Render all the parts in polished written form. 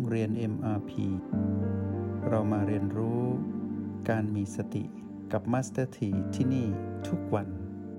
เรียน MRP เรามาเรียนรู้การมีสติกับ Master T ที่นี่ทุกวัน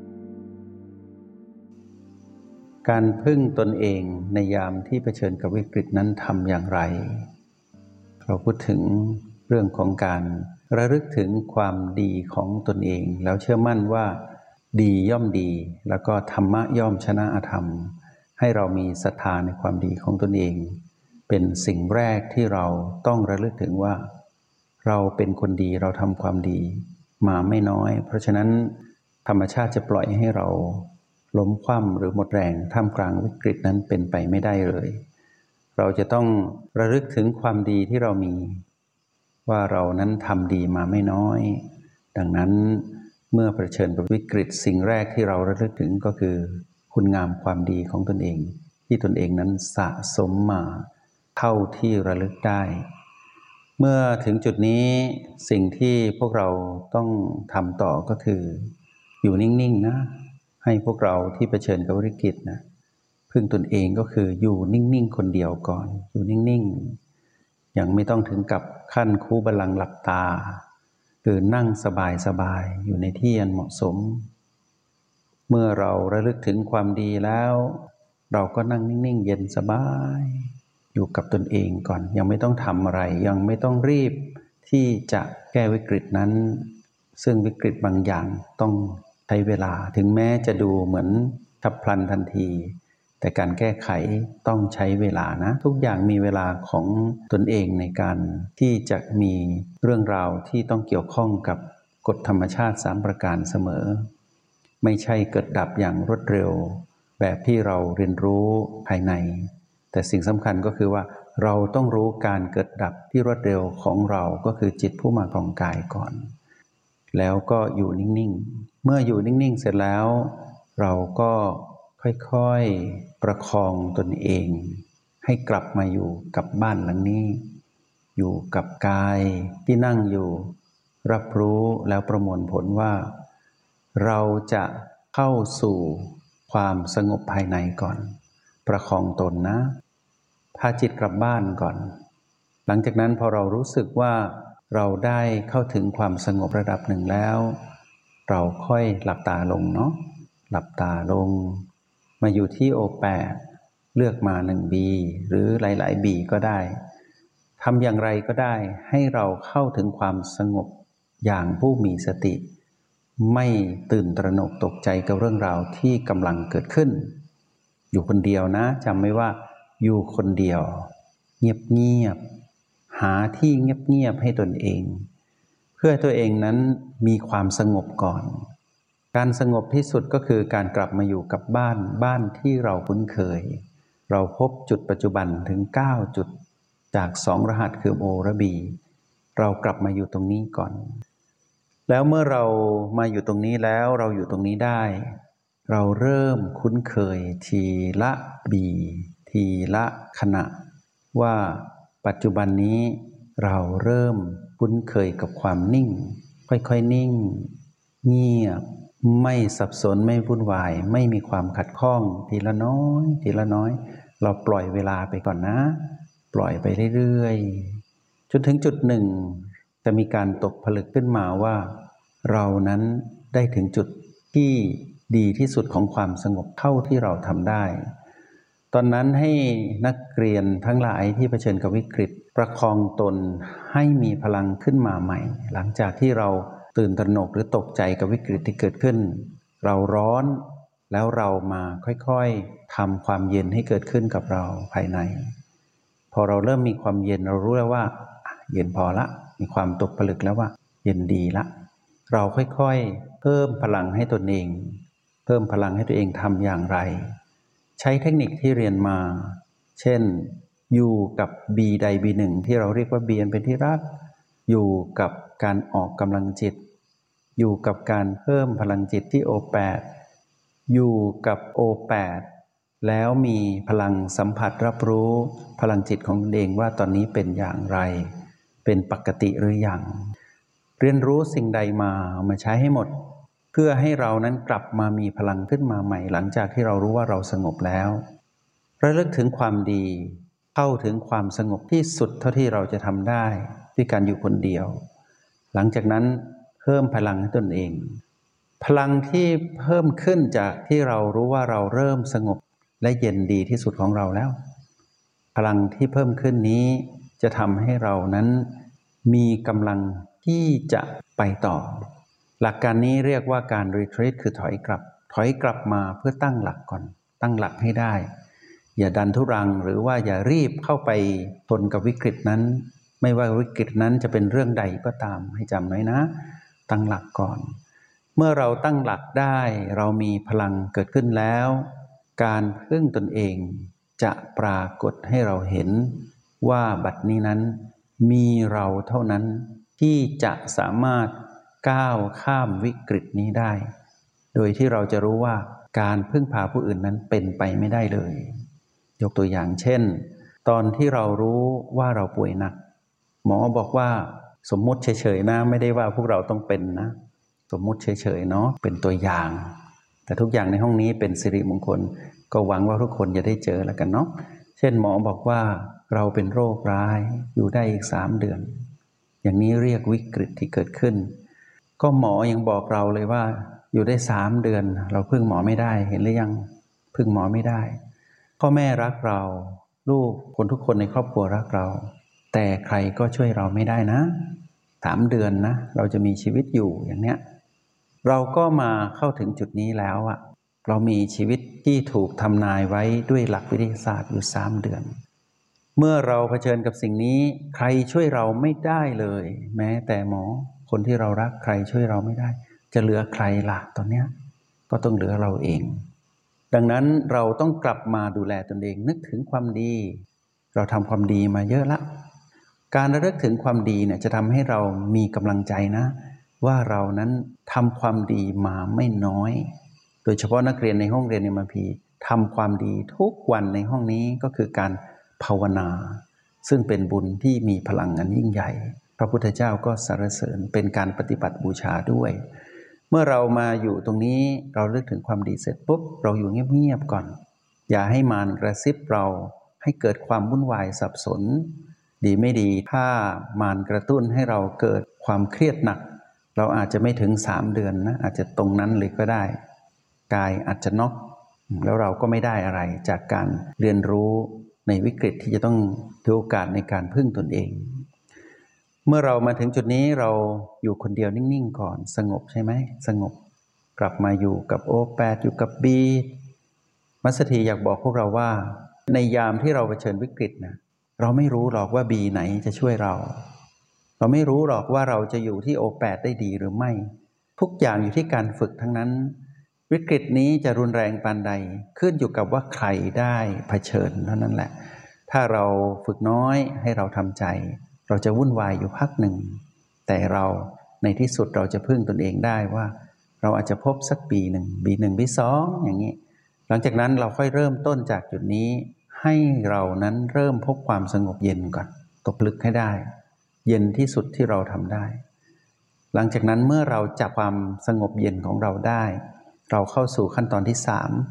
การพึ่งตนเองในยามที่เผชิญกับวิกฤตนั้นทำอย่างไรเราพูดถึงเรื่องของการระลึกถึงความดีของตนเองแล้วเชื่อมั่นว่าดีย่อมดีแล้วก็ธรรมะย่อมชนะอธรรมให้เรามีศรัทธาในความดีของตนเองเป็นสิ่งแรกที่เราต้องระลึกถึงว่าเราเป็นคนดีเราทำความดีมาไม่น้อยเพราะฉะนั้นธรรมชาติจะปล่อยให้เราล้มคว่ำหรือหมดแรงท่ามกลางวิกฤตนั้นเป็นไปไม่ได้เลยเราจะต้องระลึกถึงความดีที่เรามีว่าเรานั้นทำดีมาไม่น้อยดังนั้นเมื่อเผชิญกับวิกฤตสิ่งแรกที่เราระลึกถึงก็คือคุณงามความดีของตนเองที่ตนเองนั้นสะสมมาเท่าที่ระลึกได้เมื่อถึงจุดนี้สิ่งที่พวกเราต้องทำต่อก็คืออยู่นิ่งๆนะให้พวกเราที่เผชิญกับวิกฤตนะพึ่งตนเองก็คืออยู่นิ่งๆคนเดียวก่อนอยู่นิ่งๆยังไม่ต้องถึงกับขั้นคูบัลลังก์หลับตาคือนั่งสบายๆอยู่ในที่อันเหมาะสมเมื่อเราระลึกถึงความดีแล้วเราก็นั่งนิ่งๆเย็นสบายอยู่กับตนเองก่อนยังไม่ต้องทำอะไรยังไม่ต้องรีบที่จะแก้วิกฤตนั้นซึ่งวิกฤตบางอย่างต้องใช้เวลาถึงแม้จะดูเหมือนฉับพลันทันทีแต่การแก้ไขต้องใช้เวลานะทุกอย่างมีเวลาของตนเองในการที่จะมีเรื่องราวที่ต้องเกี่ยวข้องกับกฎธรรมชาติ3ประการเสมอไม่ใช่เกิดดับอย่างรวดเร็วแบบที่เราเรียนรู้ภายในแต่สิ่งสำคัญก็คือว่าเราต้องรู้การเกิดดับที่รวดเร็วของเราก็คือจิตผู้มาครองกายก่อนแล้วก็อยู่นิ่งๆเมื่ออยู่นิ่งๆเสร็จแล้วเราก็ค่อยๆประคองตนเองให้กลับมาอยู่กับบ้านหลังนี้อยู่กับกายที่นั่งอยู่รับรู้แล้วประมวลผลว่าเราจะเข้าสู่ความสงบภายในก่อนประคองตนนะพาจิตกลับบ้านก่อนหลังจากนั้นพอเรารู้สึกว่าเราได้เข้าถึงความสงบระดับหนึ่งแล้วเราค่อยหลับตาลงเนาะหลับตาลงมาอยู่ที่โอแปดเลือกมา1 บีหรือหลายๆบีก็ได้ทำอย่างไรก็ได้ให้เราเข้าถึงความสงบอย่างผู้มีสติไม่ตื่นตระหนกตกใจกับเรื่องราวที่กำลังเกิดขึ้นอยู่คนเดียวนะจำไว้ว่าอยู่คนเดียวเงียบๆหาที่เงียบๆให้ตนเองเพื่อตัวเองนั้นมีความสงบก่อนการสงบที่สุดก็คือการกลับมาอยู่กับบ้านที่เราคุ้นเคยเราพบจุดปัจจุบันถึง9จุดจาก2รหัสคือโอและบีเรากลับมาอยู่ตรงนี้ก่อนแล้วเมื่อเรามาอยู่ตรงนี้แล้วเราอยู่ตรงนี้ได้เราเริ่มคุ้นเคยทีละบีทีละขณะว่าปัจจุบันนี้เราเริ่มคุ้นเคยกับความนิ่งค่อยๆนิ่งเงียบไม่สับสนไม่วุ่นวายไม่มีความขัดข้องทีละน้อยทีละน้อยเราปล่อยเวลาไปก่อนนะปล่อยไปเรื่อยๆจนถึงจุดหนึ่งจะมีการตกผลึกขึ้นมาว่าเรานั้นได้ถึงจุดที่ดีที่สุดของความสงบเท่าที่เราทำได้ตอนนั้นให้นักเรียนทั้งหลายที่เผชิญกับวิกฤตประคองตนให้มีพลังขึ้นมาใหม่หลังจากที่เราตื่นตระหนกหรือตกใจกับวิกฤตที่เกิดขึ้นเราร้อนแล้วเรามาค่อยๆทำความเย็นให้เกิดขึ้นกับเราภายในพอเราเริ่มมีความเย็นเรารู้แล้วว่าเย็นพอละมีความตกผลึกแล้วว่าเย็นดีละเราค่อยๆเพิ่มพลังให้ตนเองเพิ่มพลังให้ตัวเองทำอย่างไรใช้เทคนิคที่เรียนมาเช่นอยู่กับ B ใด B1 ที่เราเรียกว่า B อันเป็นที่รักอยู่กับการออกกำลังจิตอยู่กับการเพิ่มพลังจิตที่ O8 อยู่กับ O8 แล้วมีพลังสัมผัสรับรู้พลังจิตของตนเองว่าตอนนี้เป็นอย่างไรเป็นปกติหรือยังเรียนรู้สิ่งใดมาเอามาใช้ให้หมดเพื่อให้เรานั้นกลับมามีพลังขึ้นมาใหม่หลังจากที่เรารู้ว่าเราสงบแล้วระลึกถึงความดีเข้าถึงความสงบที่สุดเท่าที่เราจะทำได้ด้วยการอยู่คนเดียวหลังจากนั้นเพิ่มพลังให้ตนเองพลังที่เพิ่มขึ้นจากที่เรารู้ว่าเราเริ่มสงบและเย็นดีที่สุดของเราแล้วพลังที่เพิ่มขึ้นนี้จะทำให้เรานั้นมีกำลังที่จะไปต่อหลักการนี้เรียกว่าการ retreat คือถอยกลับมาเพื่อตั้งหลักก่อนตั้งหลักให้ได้อย่าดันทุรังหรือว่าอย่ารีบเข้าไปทนกับวิกฤตนั้นไม่ว่าวิกฤตนั้นจะเป็นเรื่องใดก็ตามให้จำไว้นะตั้งหลักก่อนเมื่อเราตั้งหลักได้เรามีพลังเกิดขึ้นแล้วการพึ่งตนเองจะปรากฏให้เราเห็นว่าบัดนี้นั้นมีเราเท่านั้นที่จะสามารถก้าวข้ามวิกฤตนี้ได้โดยที่เราจะรู้ว่าการพึ่งพาผู้อื่นนั้นเป็นไปไม่ได้เลยยกตัวอย่างเช่นตอนที่เรารู้ว่าเราป่วยหนักหมอบอกว่าสมมุติเฉยๆนะไม่ได้ว่าพวกเราต้องเป็นนะสมมุติเฉยๆเนาะเป็นตัวอย่างแต่ทุกอย่างในห้องนี้เป็นสิริมงคลก็หวังว่าทุกคนจะได้เจอแล้วกันเนาะเช่นหมอบอกว่าเราเป็นโรคร้ายอยู่ได้อีก3 เดือนอย่างนี้เรียกวิกฤตที่เกิดขึ้นก็หมอยังบอกเราเลยว่าอยู่ได้3 เดือนเราพึ่งหมอไม่ได้เห็นหรือยังพึ่งหมอไม่ได้พ่อแม่รักเราลูกคนทุกคนในครอบครัวรักเราแต่ใครก็ช่วยเราไม่ได้นะ3 เดือนนะเราจะมีชีวิตอยู่อย่างเนี้ยเราก็มาเข้าถึงจุดนี้แล้วอะเรามีชีวิตที่ถูกทำนายไว้ด้วยหลักวิทยาศาสตร์อยู่3 เดือนเมื่อเราเผชิญกับสิ่งนี้ใครช่วยเราไม่ได้เลยแม้แต่หมอคนที่เรารักใครช่วยเราไม่ได้จะเหลือใครล่ะตอนเนี้ยก็ต้องเหลือเราเองดังนั้นเราต้องกลับมาดูแลตนเองนึกถึงความดีเราทำความดีมาเยอะละการระลึกถึงความดีเนี่ยจะทำให้เรามีกำลังใจนะว่าเรานั้นทำความดีมาไม่น้อยโดยเฉพาะนักเรียนในห้องเรียน MRP ทำความดีทุกวันในห้องนี้ก็คือการภาวนาซึ่งเป็นบุญที่มีพลังอันยิ่งใหญ่พระพุทธเจ้าก็สรรเสริญเป็นการปฏิบัติบูชาด้วยเมื่อเรามาอยู่ตรงนี้เราลึกถึงความดีเสร็จปุ๊บเราอยู่เงียบๆก่อนอย่าให้มารกระซิบเราให้เกิดความวุ่นวายสับสนดีไม่ดีถ้ามารกระตุ้นให้เราเกิดความเครียดหนักเราอาจจะไม่ถึง3 เดือนนะอาจจะตรงนั้นเลยก็ได้กายอาจจะน็อกแล้วเราก็ไม่ได้อะไรจากการเรียนรู้ในวิกฤตที่จะต้องถือโอกาสในการพึ่งตนเองเมื่อเรามาถึงจุดนี้เราอยู่คนเดียวนิ่งๆก่อนสงบใช่ไหมสงบกลับมาอยู่กับO8อยู่กับBมัสถีอยากบอกพวกเราว่าในยามที่เราเผชิญวิกฤตนะเราไม่รู้หรอกว่าBไหนจะช่วยเราไม่รู้หรอกว่าเราจะอยู่ที่O8ได้ดีหรือไม่ทุกอย่างอยู่ที่การฝึกทั้งนั้นวิกฤตนี้จะรุนแรงปานใดขึ้นอยู่กับว่าใครได้เผชิญเท่านั้นแหละถ้าเราฝึกน้อยให้เราทำใจเราจะวุ่นวายอยู่พักหนึ่งแต่เราในที่สุดเราจะพึ่งตนเองได้ว่าเราอาจจะพบสักB1 B2 อย่างนี้หลังจากนั้นเราค่อยเริ่มต้นจากจุดนี้ให้เรานั้นเริ่มพบความสงบเย็นก่อนตกผลึกให้ได้เย็นที่สุดที่เราทำได้หลังจากนั้นเมื่อเราจับความสงบเย็นของเราได้เราเข้าสู่ขั้นตอนที่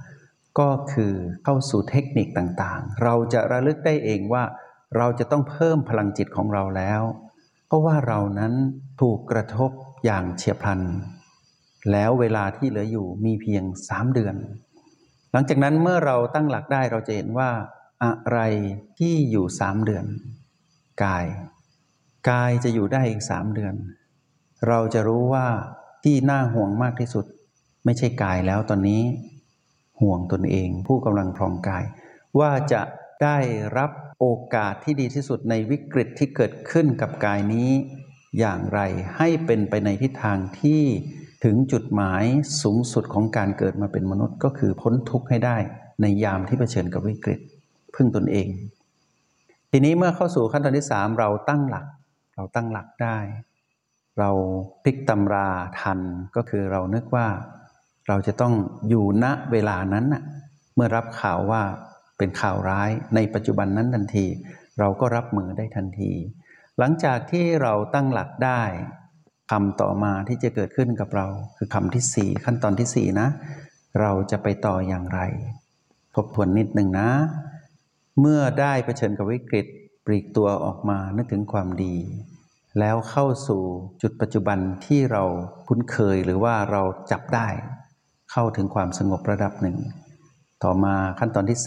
3ก็คือเข้าสู่เทคนิคต่างๆเราจะระลึกได้เองว่าเราจะต้องเพิ่มพลังจิตของเราแล้วเพราะว่าเรานั้นถูกกระทบอย่างเฉียบพลันแล้วเวลาที่เหลืออยู่มีเพียง3 เดือนหลังจากนั้นเมื่อเราตั้งหลักได้เราจะเห็นว่าอะไรที่อยู่3 เดือนกายจะอยู่ได้อีก3 เดือนเราจะรู้ว่าที่น่าห่วงมากที่สุดไม่ใช่กายแล้วตอนนี้ห่วงตนเองผู้กำลังครองกายว่าจะได้รับโอกาสที่ดีที่สุดในวิกฤตที่เกิดขึ้นกับกายนี้อย่างไรให้เป็นไปในทิศทางที่ถึงจุดหมายสูงสุดของการเกิดมาเป็นมนุษย์ก็คือพ้นทุกข์ให้ได้ในยามที่เผชิญกับวิกฤตพึ่งตนเองทีนี้เมื่อเข้าสู่ขั้นตอนที่3เราตั้งหลักได้เราพลิกตำราทันก็คือเรานึกว่าเราจะต้องอยู่ณเวลานั้นน่ะเมื่อรับข่าวว่าเป็นข่าวร้ายในปัจจุบันนั้นทันทีเราก็รับมือได้ทันทีหลังจากที่เราตั้งหลักได้คำต่อมาที่จะเกิดขึ้นกับเราคือคำที่4ขั้นตอนที่4นะเราจะไปต่ออย่างไรทบทวนนิดหนึ่งนะเมื่อได้เผชิญกับวิกฤตปลีกตัวออกมานึกถึงความดีแล้วเข้าสู่จุดปัจจุบันที่เราคุ้นเคยหรือว่าเราจับได้เข้าถึงความสงบระดับหนึ่งต่อมาขั้นตอนที่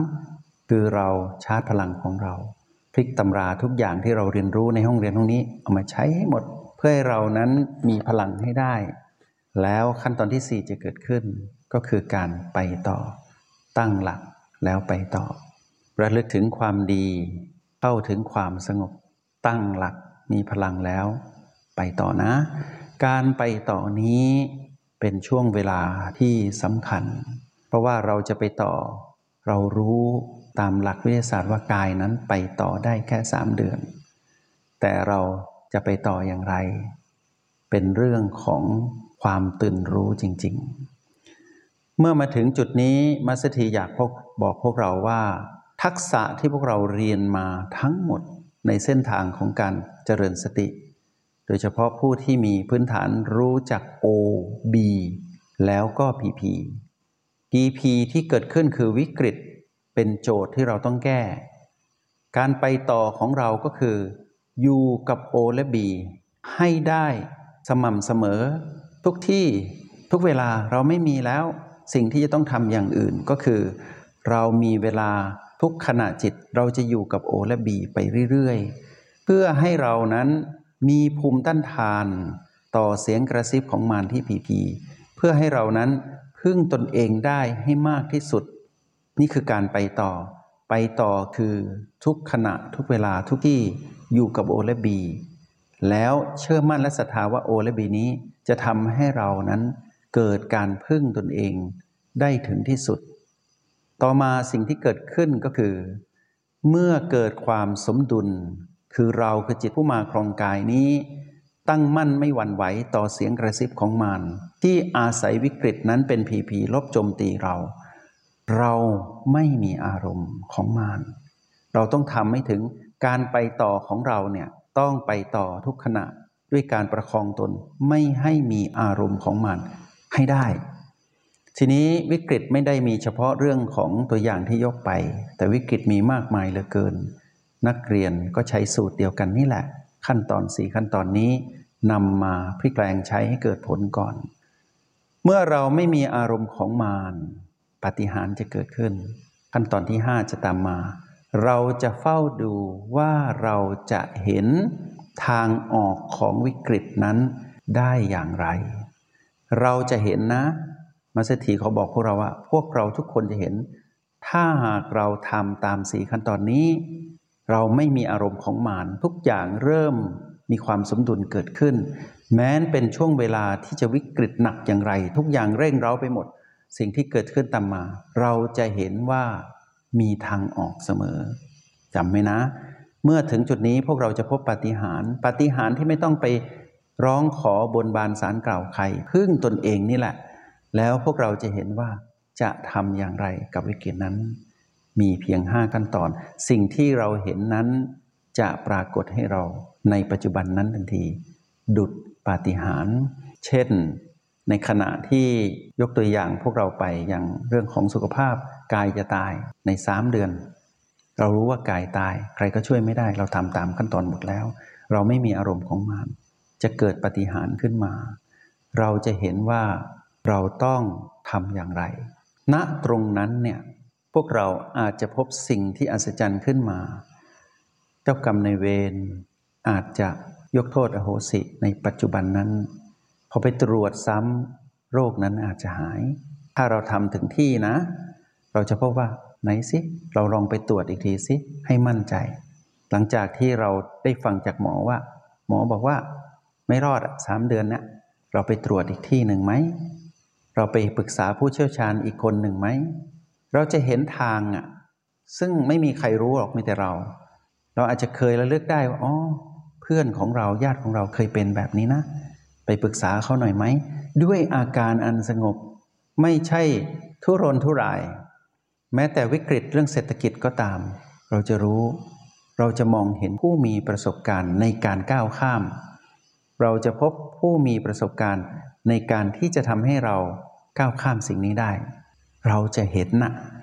3คือเราชาร์จพลังของเราพลิกตำราทุกอย่างที่เราเรียนรู้ในห้องเรียนห้องนี้เอามาใช้ให้หมดเพื่อให้เรานั้นมีพลังให้ได้แล้วขั้นตอนที่4จะเกิดขึ้นก็คือการไปต่อตั้งหลักแล้วไปต่อระลึกถึงความดีเข้าถึงความสงบตั้งหลักมีพลังแล้วไปต่อนะการไปต่อนี้เป็นช่วงเวลาที่สำคัญเพราะว่าเราจะไปต่อเรารู้ตามหลักวิทยาศาสตร์ว่ากายนั้นไปต่อได้แค่3 เดือนแต่เราจะไปต่ออย่างไรเป็นเรื่องของความตื่นรู้จริงๆเมื่อมาถึงจุดนี้มัสถีอยากบอกพวกเราว่าทักษะที่พวกเราเรียนมาทั้งหมดในเส้นทางของการเจริญสติโดยเฉพาะผู้ที่มีพื้นฐานรู้จัก O B แล้วก็ PP ที่เกิดขึ้นคือวิกฤตเป็นโจทย์ที่เราต้องแก้การไปต่อของเราก็คืออยู่กับ O และ B ให้ได้สม่ำเสมอทุกที่ทุกเวลาเราไม่มีแล้วสิ่งที่จะต้องทำอย่างอื่นก็คือเรามีเวลาทุกขณะจิตเราจะอยู่กับ O และ B ไปเรื่อยๆเพื่อให้เรานั้นมีภูมิต้านทานต่อเสียงกระซิบของมารที่ผีเพื่อให้เรานั้นพึ่งตนเองได้ให้มากที่สุดนี่คือการไปต่อคือทุกขณะทุกเวลาทุกที่อยู่กับ O และ B แล้วเชื่อมั่นและศรัทธาว่า O และ B นี้จะทำให้เรานั้นเกิดการพึ่งตนเองได้ถึงที่สุดต่อมาสิ่งที่เกิดขึ้นก็คือเมื่อเกิดความสมดุลคือเราคือจิตผู้มาครองกายนี้ตั้งมั่นไม่หวั่นไหวต่อเสียงกระซิบของมารที่อาศัยวิกฤตนั้นเป็นผีลบโจมตีเราไม่มีอารมณ์ของมารเราต้องทำให้ถึงการไปต่อของเราเนี่ยต้องไปต่อทุกขณะด้วยการประคองตนไม่ให้มีอารมณ์ของมารให้ได้ทีนี้วิกฤตไม่ได้มีเฉพาะเรื่องของตัวอย่างที่ยกไปแต่วิกฤตมีมากมายเหลือเกินนักเรียนก็ใช้สูตรเดียวกันนี่แหละขั้นตอน4ขั้นตอนนี้นำมาพลิกแปลงใช้ให้เกิดผลก่อนเมื่อเราไม่มีอารมณ์ของมารปาฏิหาริย์จะเกิดขึ้นขั้นตอนที่5จะตามมาเราจะเฝ้าดูว่าเราจะเห็นทางออกของวิกฤตนั้นได้อย่างไรเราจะเห็นนะมัสถีเขาบอกพวกเราว่าพวกเราทุกคนจะเห็นถ้าหากเราทำตาม4ขั้นตอนนี้เราไม่มีอารมณ์ของมารทุกอย่างเริ่มมีความสมดุลเกิดขึ้นแม้นเป็นช่วงเวลาที่จะวิกฤตหนักอย่างไรทุกอย่างเร่งเร้าไปหมดสิ่งที่เกิดขึ้นตามมาเราจะเห็นว่ามีทางออกเสมอจำไว้นะเมื่อถึงจุดนี้พวกเราจะพบปาฏิหาริย์ที่ไม่ต้องไปร้องขอบนบานศาลกล่าวใครพึ่งตนเองนี่แหละแล้วพวกเราจะเห็นว่าจะทำอย่างไรกับวิกฤตนั้นมีเพียง5ขั้นตอนสิ่งที่เราเห็นนั้นจะปรากฏให้เราในปัจจุบันนั้นทันทีดุจปาฏิหาริย์เช่นในขณะที่ยกตัวอย่างพวกเราไปอย่างเรื่องของสุขภาพกายจะตายใน3 เดือนเรารู้ว่ากายตายใครก็ช่วยไม่ได้เราทำตามขั้นตอนหมดแล้วเราไม่มีอารมณ์ของมารจะเกิดปาฏิหาริย์ขึ้นมาเราจะเห็นว่าเราต้องทำอย่างไรณตรงนั้นเนี่ยพวกเราอาจจะพบสิ่งที่อัศจรรย์ขึ้นมาเจ้ากรรมนายเวรอาจจะยกโทษอโหสิในปัจจุบันนั้นพอไปตรวจซ้ำโรคนั้นอาจจะหายถ้าเราทำถึงที่นะเราจะพบว่าไหนสิเราลองไปตรวจอีกทีสิให้มั่นใจหลังจากที่เราได้ฟังจากหมอว่าหมอบอกว่าไม่รอด3 เดือนนะเราไปตรวจอีกที่หนึ่งไหมเราไปปรึกษาผู้เชี่ยวชาญอีกคนหนึ่งไหมเราจะเห็นทางซึ่งไม่มีใครรู้หรอกมีแต่เราอาจจะเคยระลึกได้ว่าอ๋อเพื่อนของเราญาติของเราเคยเป็นแบบนี้นะไปปรึกษาเขาหน่อยไหมด้วยอาการอันสงบไม่ใช่ทุรนทุรายแม้แต่วิกฤตเรื่องเศรษฐกิจก็ตามเราจะรู้เราจะมองเห็นผู้มีประสบการณ์ในการก้าวข้ามเราจะพบผู้มีประสบการณ์ในการที่จะทำให้เราก้าวข้ามสิ่งนี้ได้เราจะเห็นนะ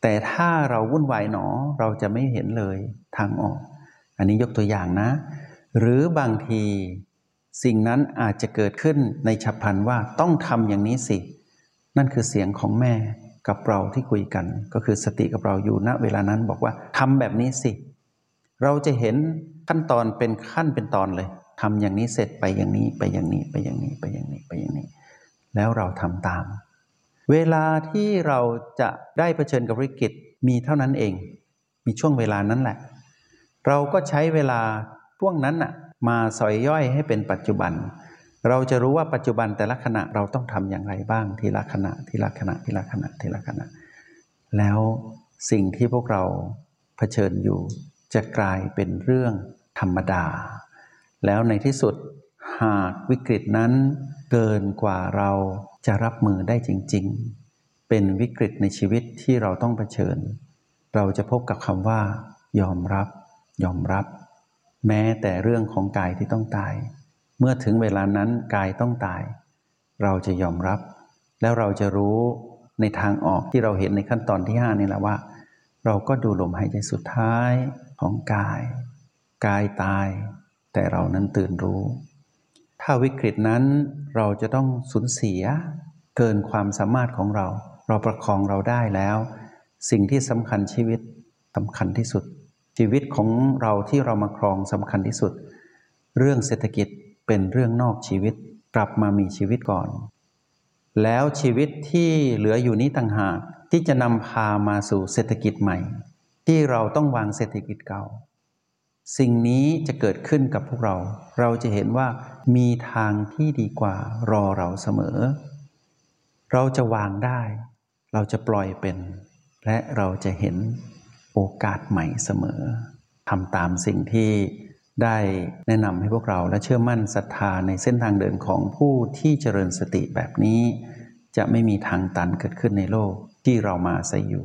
แต่ถ้าเราวุ่นวายหนอเราจะไม่เห็นเลยทางออกอันนี้ยกตัวอย่างนะหรือบางทีสิ่งนั้นอาจจะเกิดขึ้นในฉับพลันว่าต้องทำอย่างนี้สินั่นคือเสียงของแม่กับเราที่คุยกันก็คือสติกับเราอยู่ณเวลานั้นบอกว่าทำแบบนี้สิเราจะเห็นขั้นตอนเป็นขั้นเป็นตอนเลยทำอย่างนี้เสร็จไปอย่างนี้ไปอย่างนี้ไปอย่างนี้ไปอย่างนี้ไปอย่างนี้แล้วเราทำตามเวลาที่เราจะได้เผชิญกับวิกฤตมีเท่านั้นเองมีช่วงเวลานั้นแหละเราก็ใช้เวลาช่วงนั้นน่ะมาสอยย่อยให้เป็นปัจจุบันเราจะรู้ว่าปัจจุบันแต่ละขณะเราต้องทำอย่างไรบ้างทีละขณะทีละขณะทีละขณะทีละขณะแล้วสิ่งที่พวกเราเผชิญอยู่จะกลายเป็นเรื่องธรรมดาแล้วในที่สุดหากวิกฤตนั้นเกินกว่าเราจะรับมือได้จริงๆเป็นวิกฤตในชีวิตที่เราต้องเผชิญเราจะพบกับคำว่ายอมรับยอมรับแม้แต่เรื่องของกายที่ต้องตายเมื่อถึงเวลานั้นกายต้องตายเราจะยอมรับแล้วเราจะรู้ในทางออกที่เราเห็นในขั้นตอนที่5นี่แหละว่าเราก็ดูลมหายใจสุดท้ายของกายตายแต่เรานั้นตื่นรู้ถ้าวิกฤตนั้นเราจะต้องสูญเสียเกินความสามารถของเราประคองเราได้แล้วสิ่งที่สำคัญชีวิตสำคัญที่สุดชีวิตของเราที่เรามาครองสำคัญที่สุดเรื่องเศรษฐกิจเป็นเรื่องนอกชีวิตกลับมามีชีวิตก่อนแล้วชีวิตที่เหลืออยู่นี้ต่างหากที่จะนำพามาสู่เศรษฐกิจใหม่ที่เราต้องวางเศรษฐกิจเก่าสิ่งนี้จะเกิดขึ้นกับพวกเราจะเห็นว่ามีทางที่ดีกว่ารอเราเสมอเราจะวางได้เราจะปล่อยเป็นและเราจะเห็นโอกาสใหม่เสมอทำตามสิ่งที่ได้แนะนำให้พวกเราและเชื่อมั่นศรัทธาในเส้นทางเดินของผู้ที่เจริญสติแบบนี้จะไม่มีทางตันเกิดขึ้นในโลกที่เรามาอาศัยอยู่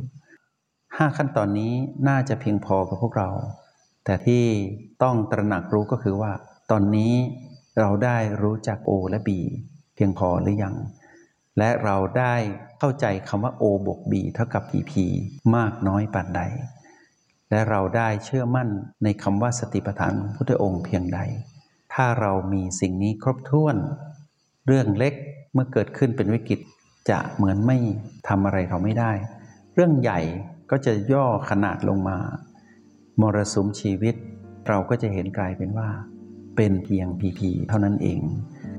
5ขั้นตอนนี้น่าจะเพียงพอกับพวกเราแต่ที่ต้องตระหนักรู้ก็คือว่าตอนนี้เราได้รู้จัก O และ B เพียงพอหรือยังและเราได้เข้าใจคำว่า O บวก B เท่ากับ PP มากน้อยปานใดและเราได้เชื่อมั่นในคำว่าสติปัฏฐานพุทธองค์เพียงใดถ้าเรามีสิ่งนี้ครบถ้วนเรื่องเล็กเมื่อเกิดขึ้นเป็นวิกฤตจะเหมือนไม่ทำอะไรเราไม่ได้เรื่องใหญ่ก็จะย่อขนาดลงมามรสุมชีวิตเราก็จะเห็นกลายเป็นว่าเป็นเพียงPPเท่านั้นเอง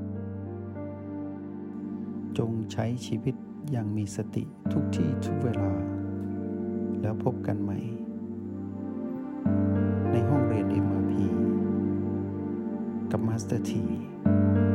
จงใช้ชีวิตอย่างมีสติทุกที่ทุกเวลาแล้วพบกันใหม่ในห้องเรียน MRP กับมาสเตอร์ที